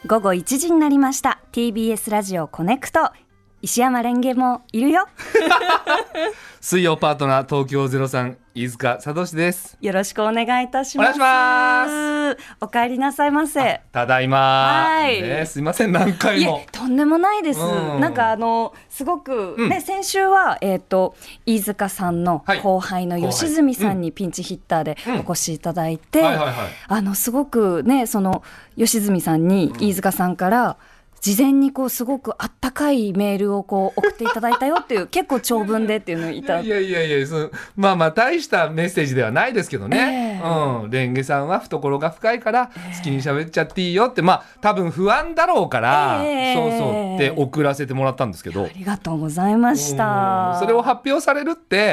午後1時になりました。 TBS ラジオコネクト、石山レンゲもいるよ水曜パートナー東京03飯塚聡です。 よろしくお願いいたします。 お願いします。 お帰りなさいませ。 ただいま、 はいね、すいません何回も。 いえとんでもないです、なんかすごく、ね、先週は、飯塚さんの後輩の吉住さんにピンチヒッターでお越しいただいて、すごくね、その吉住さんに飯塚さんから事前にこうすごくあったかいメールをこう送っていただいたよっていう結構長文でっていうのをいただいて、 いやまあまあ大したメッセージではないですけどね、レンゲさんは懐が深いから好きに喋っちゃっていいよって、まあ多分不安だろうから、そうって送らせてもらったんですけど、 ありがとうございました。 それを発表されるって、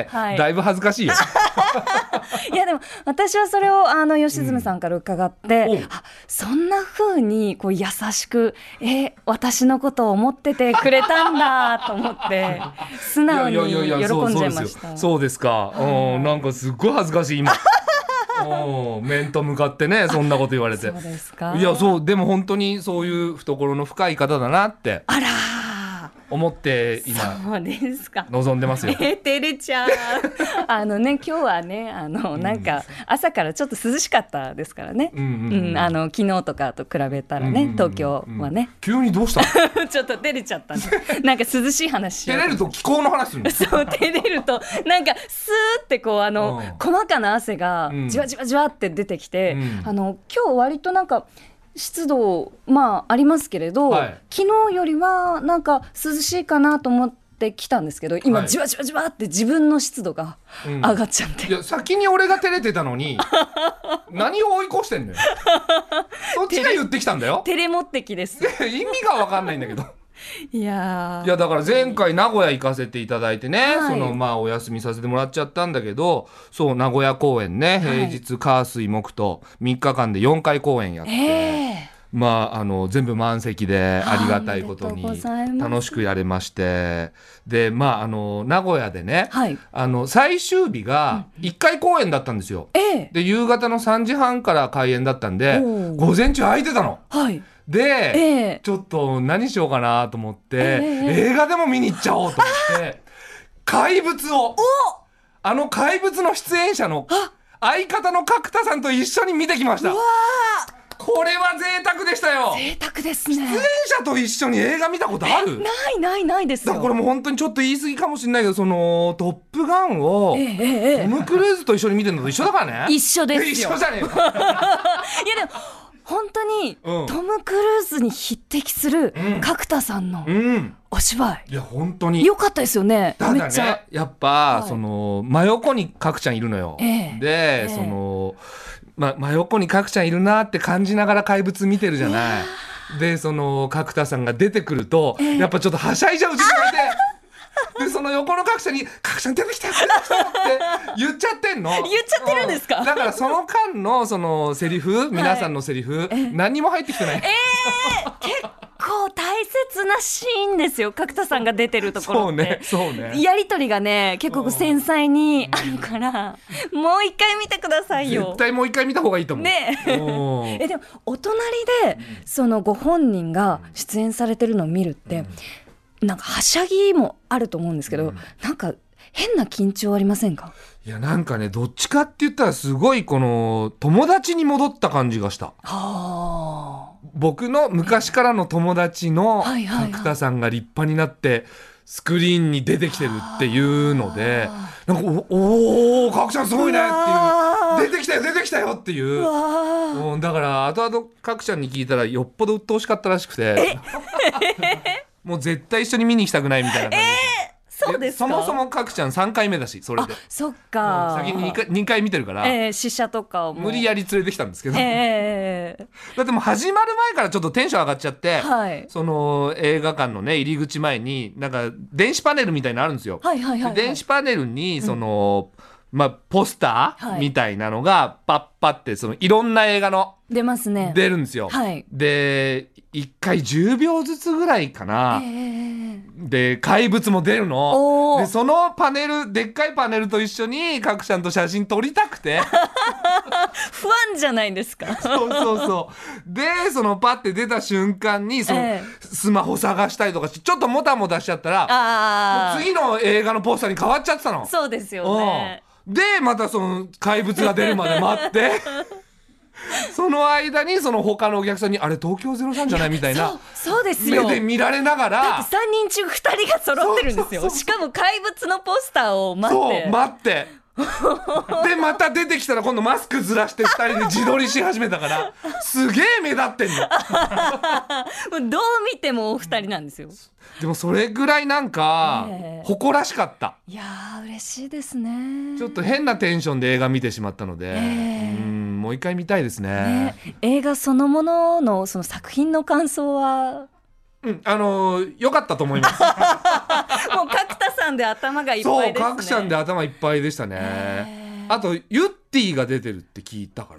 だいぶ恥ずかしいよいやでも私はそれを吉住さんから伺って、そんな風にこう優しく私のことを思っててくれたんだと思って素直に喜んじゃいました。 そうですか、なんかすっごい恥ずかしい今面と向かってねそんなこと言われて。 そうですか。 いやそうでも本当にそういう懐の深い方だなってあら思って今そうですか望んでますよ。 照れちゃう今日はねなんか朝からちょっと涼しかったですからね、昨日とかと比べたらね、東京はね、 急にどうしたのちょっと照れちゃったんでなんか涼しい話しよう。 照れると気候の話するのそう照れるとなんかスーってこう細かな汗がじわじわじわって出てきて、今日割となんか湿度ありますけれど、昨日よりはなんか涼しいかなと思ってきたんですけど、今じわじわじわって自分の湿度が上がっちゃって、 いや先に俺が照れてたのに何を追い越してんのよそっちが言ってきたんだよ。 照れ持ってきです意味が分かんないんだけどいやだから前回名古屋行かせていただいてね、お休みさせてもらっちゃったんだけど、そう名古屋公演ね、平日火水木と3日間で4回公演やって、全部満席でありがたいことに楽しくやれまして、で名古屋でね、最終日が1回公演だったんですよ、で夕方の3時半から開演だったんで午前中空いてたの、で、ちょっと何しようかなと思って、映画でも見に行っちゃおうと思って怪物を怪物の出演者の相方の角田さんと一緒に見てきました。これは贅沢でしたよ。 贅沢ですね。 出演者と一緒に映画見たことある？ ないですよ。 だからこれもう本当にちょっと言い過ぎかもしれないけど、そのトップガンをトム・クルーズと一緒に見てるのと一緒だからね。 一緒ですよ。 一緒じゃねえよいやでも本当に、トム・クルーズに匹敵する角田さんのお芝居、 いや本当に良かったですよね。 ただねやっぱ、その真横に角ちゃんいるのよ、で、その真横に角ちゃんいるなって感じながら怪物見てるじゃない。でその角田さんが出てくると、やっぱちょっとはしゃいじゃう自分がいてでその横の角ちゃんに角ちゃん出てきたよって言っちゃってんの。 言っちゃってるんですか？ だからその間のそのセリフ、皆さんのセリフ、何にも入ってきてない。 結構大切なシーンですよ、角田さんが出てるところって。 そうねやりとりがね結構繊細にあるから、もう一回見てくださいよ。 絶対もう一回見た方がいいと思うねでもお隣でそのご本人が出演されてるのを見るって、なんかはしゃぎもあると思うんですけど、なんか変な緊張ありませんか？ いやなんかね、どっちかって言ったらすごいこの友達に戻った感じがした。僕の昔からの友達の角田さんが立派になってスクリーンに出てきてるっていうので、なんかお角ちゃんすごいねっていう、出てきたよっていう、だから後々角ちゃんに聞いたらよっぽど鬱陶しかったらしくてもう絶対一緒に見に行きたくないみたいな感じで、 そうですか。 そもそも角ちゃん3回目だし、それでそっか、 先に2回見てるから、 試写とかを無理やり連れてきたんですけど、だってもう始まる前からちょっとテンション上がっちゃって、その映画館のね入り口前になんか電子パネルみたいなのあるんですよ。電子パネルにその、ポスターみたいなのがパッパってそのいろんな映画の出ますね。 出るんですよ。で1回10秒ずつぐらいかな、で怪物も出るので、そのパネル、でっかいパネルと一緒に角ちゃんと写真撮りたくて不安んじゃないですか。 そうそうそう。でそのパッて出た瞬間にその、スマホ探したりとかしてちょっともたもたしちゃったら、もう次の映画のポスターに変わっちゃってたの。 そうですよね。 でまたその怪物が出るまで待ってその間にその他のお客さんにあれ東京03じゃないみたいなそうですよ目で見られながら、 だって3人中2人が揃ってるんですよ。しかも怪物のポスターを待ってそう待ってでまた出てきたら今度マスクずらして2人で自撮りし始めたからすげえ目立ってんのどう見てもお二人なんですよ。 でもそれぐらいなんか、誇らしかった。 いやー嬉しいですね。 ちょっと変なテンションで映画見てしまったので、もう一回見たいですね。 映画そのもののその作品の感想は良かったと思いますもう角田さんで頭がいっぱいですね。 そう角さんで頭いっぱいでしたね。あとユッティが出てるって聞いたから、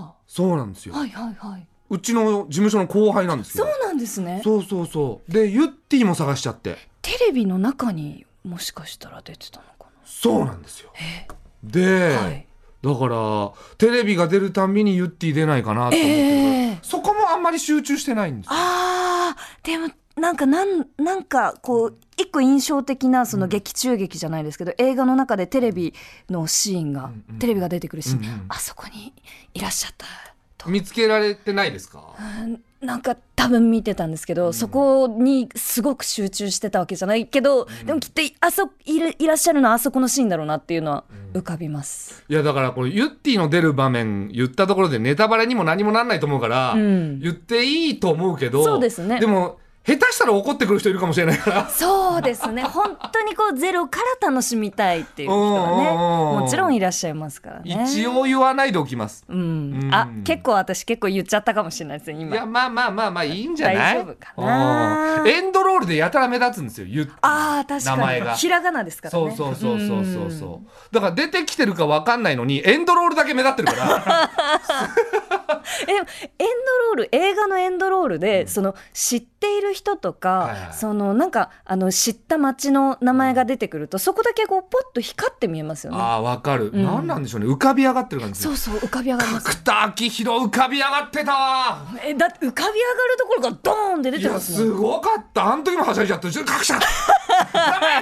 そうなんですよ。はいはいはい。うちの事務所の後輩なんですけど。 そうなんですね。 そうそうそう。でユッティも探しちゃって、 テレビの中にもしかしたら出てたのかな。 そうなんですよ。で、だからテレビが出るたんびにユッティ出ないかなと思ってるから、そこもあんまり集中してないんですよ。 でもなんかこう一個印象的なその劇中劇じゃないですけど、映画の中でテレビのシーンが、テレビが出てくるシーン、あそこにいらっしゃったと見つけられてないですか？ なんか多分見てたんですけど、そこにすごく集中してたわけじゃないけど、でもきっといらっしゃるのはあそこのシーンだろうなっていうのは浮かびます。 いやだからこれユッティの出る場面言ったところでネタバレにも何もなんないと思うから、言っていいと思うけど、 そうですね。 でも下手したら怒ってくる人いるかもしれないからそうですね。本当にこうゼロから楽しみたいっていう人はねもちろんいらっしゃいますからね。 一応言わないでおきます。 私結構言っちゃったかもしれないですね今。 いやまあいいんじゃない？ 大丈夫かな。 エンドロールでやたら目立つんですよユッティ。 確かに名前がひらがなですからね。 そうだから出てきてるか分かんないのにエンドロールだけ目立ってるからでも映画のエンドロールで、その知っている人とか、そのなんか知った街の名前が出てくると、そこだけこうポッと光って見えますよね。 分かる、何なんでしょうね、浮かび上がってる感じ。 そう浮かび上がります。 角田晃弘浮かび上がってたわ。 だって浮かび上がるところがドーンって出てますもん。 いやすごかった。あの時もはしゃいじゃって隠しちゃった名前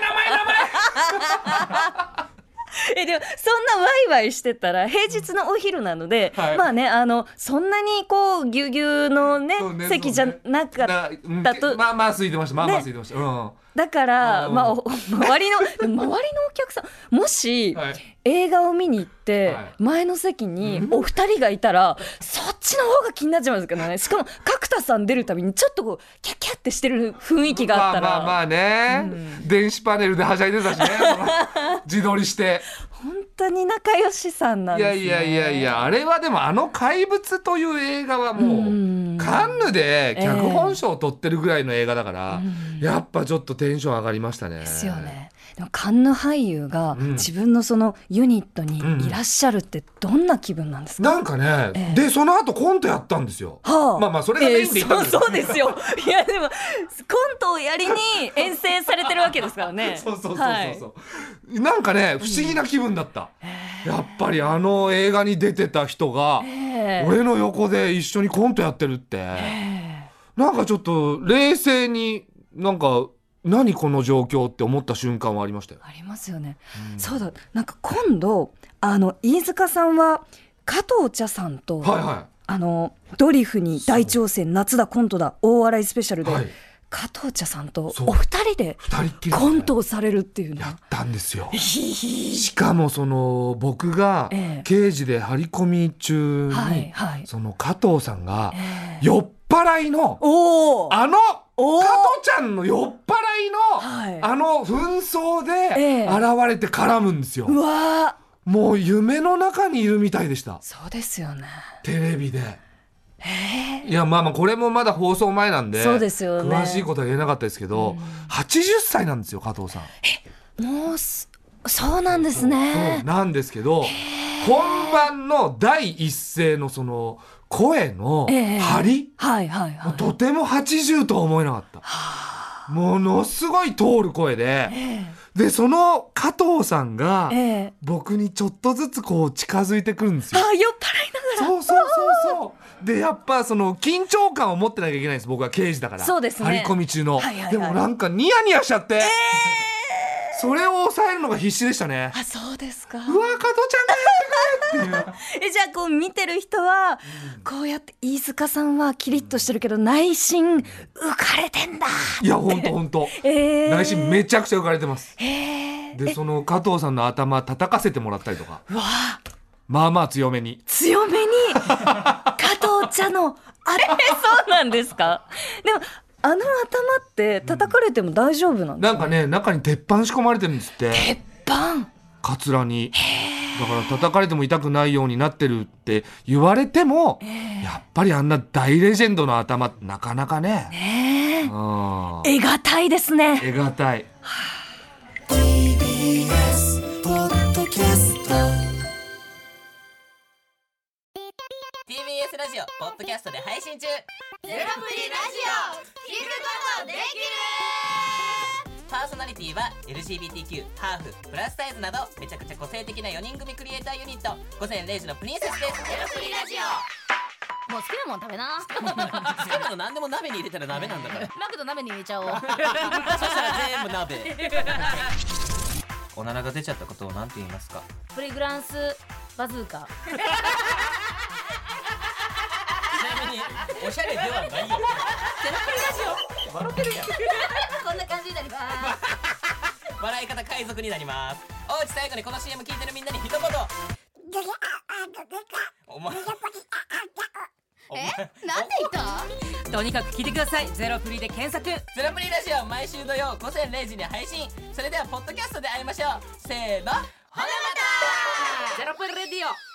でもそんなワイワイしてたら平日のお昼なので、まあねそんなにこうぎゅうぎゅうのね席じゃなかったと。 まあ空いてました。空いてました。 だから、周りのお客さんもし、映画を見に行って前の席にお二人がいたら、そっちの方が気になっちゃいますからね。しかも角田さん出るたびにちょっとこうキャッキャってしてる雰囲気があったら、 まあね、電子パネルではしゃいでたしね自撮りして本当に仲良しさんなんですね。 いやあれはでも怪物という映画はもうカンヌで脚本賞を取ってるぐらいの映画だから、やっぱちょっとテンション上がりましたね。 ですよね。でもカンヌ俳優が自分のそのユニットにいらっしゃるってどんな気分なんですか？ なんかね、でその後コントやったんですよ。まあそれがメインで言ったんですよ。 そうですよ。いやでもコントをやりに遠征されてるわけですからね。 そうなんかね不思議な気分だった。やっぱりあの映画に出てた人が俺の横で一緒にコントやってるって、なんかちょっと冷静になんか何この状況って思った瞬間はありましたよ。 ありますよね。そうだ、なんか今度飯塚さんは加藤茶さんと、ドリフに大挑戦夏だコントだ大笑いスペシャルで、加藤茶さんとお二人でコントをされるっていうのやったんですよしかもその僕が刑事で張り込み中に、その加藤さんが酔っ払いの加藤ちゃんの酔っ払いの、紛争で現れて絡むんですよ。もう夢の中にいるみたいでした。 そうですよね。 テレビで。いやまあこれもまだ放送前なんで、 そうですよね、 詳しいことは言えなかったですけど、80歳なんですよ加藤さん。 もうそうなんですね。 そうなんですけど、本番の第一声のその声の張り、とても80とは思えなかった。 ものすごい通る声で、でその加藤さんが僕にちょっとずつこう近づいてくるんですよ。 酔っ払いながら。 そうでやっぱその緊張感を持ってなきゃいけないんです、僕は刑事だから。 そうですね、 張り込み中の、でもなんかニヤニヤしちゃって、それを抑えるのが必死でしたね。 あ、そうですか。 うわ、加藤ちゃんがやってくれっていうじゃあこう見てる人はこうやって飯塚さんはキリッとしてるけど内心浮かれてんだって。 いやほんと、内心めちゃくちゃ浮かれてます。でその加藤さんの頭叩かせてもらったりとか、まあまあ強めに加藤茶のあれそうなんですか。でもあの頭って叩かれても大丈夫なんですか。 なんかね、中に鉄板仕込まれてるんですって。 鉄板、 カツラに。だから叩かれても痛くないようになってるって言われても、やっぱりあんな大レジェンドの頭なかなかね、 得難いですね。 得難い。 TBS ポッドキャスト TBS ラジオポッドキャストで配信中。 ゼロプリラジオ聞くことできる。 パーソナリティは LGBTQ、ハーフ、プラスサイズなどめちゃくちゃ個性的な4人組クリエイターユニット午前0時のプリンセスです。 ゼロプリラジオ、もう好きなもん食べな。 好きなの何でも鍋に入れたら鍋なんだから。 マクド鍋に入れちゃおう。 そしたら全部鍋。おならが出ちゃったことを何て言いますか。 プリグランスバズーカ。 ちなみにおしゃれではないよ。ゼロプリラジオ笑ってるやん。 こんな感じになります。 笑い方海賊になります。おうち最後にこの CM 聞いてるみんなに一言。お前なんで言った？ とにかく聞いてください。ゼロプリで検索。 ゼロプリラジオ毎週土曜午前0時に配信。それではポッドキャストで会いましょう。せーの、ほなまた。 ゼロプリレディオ。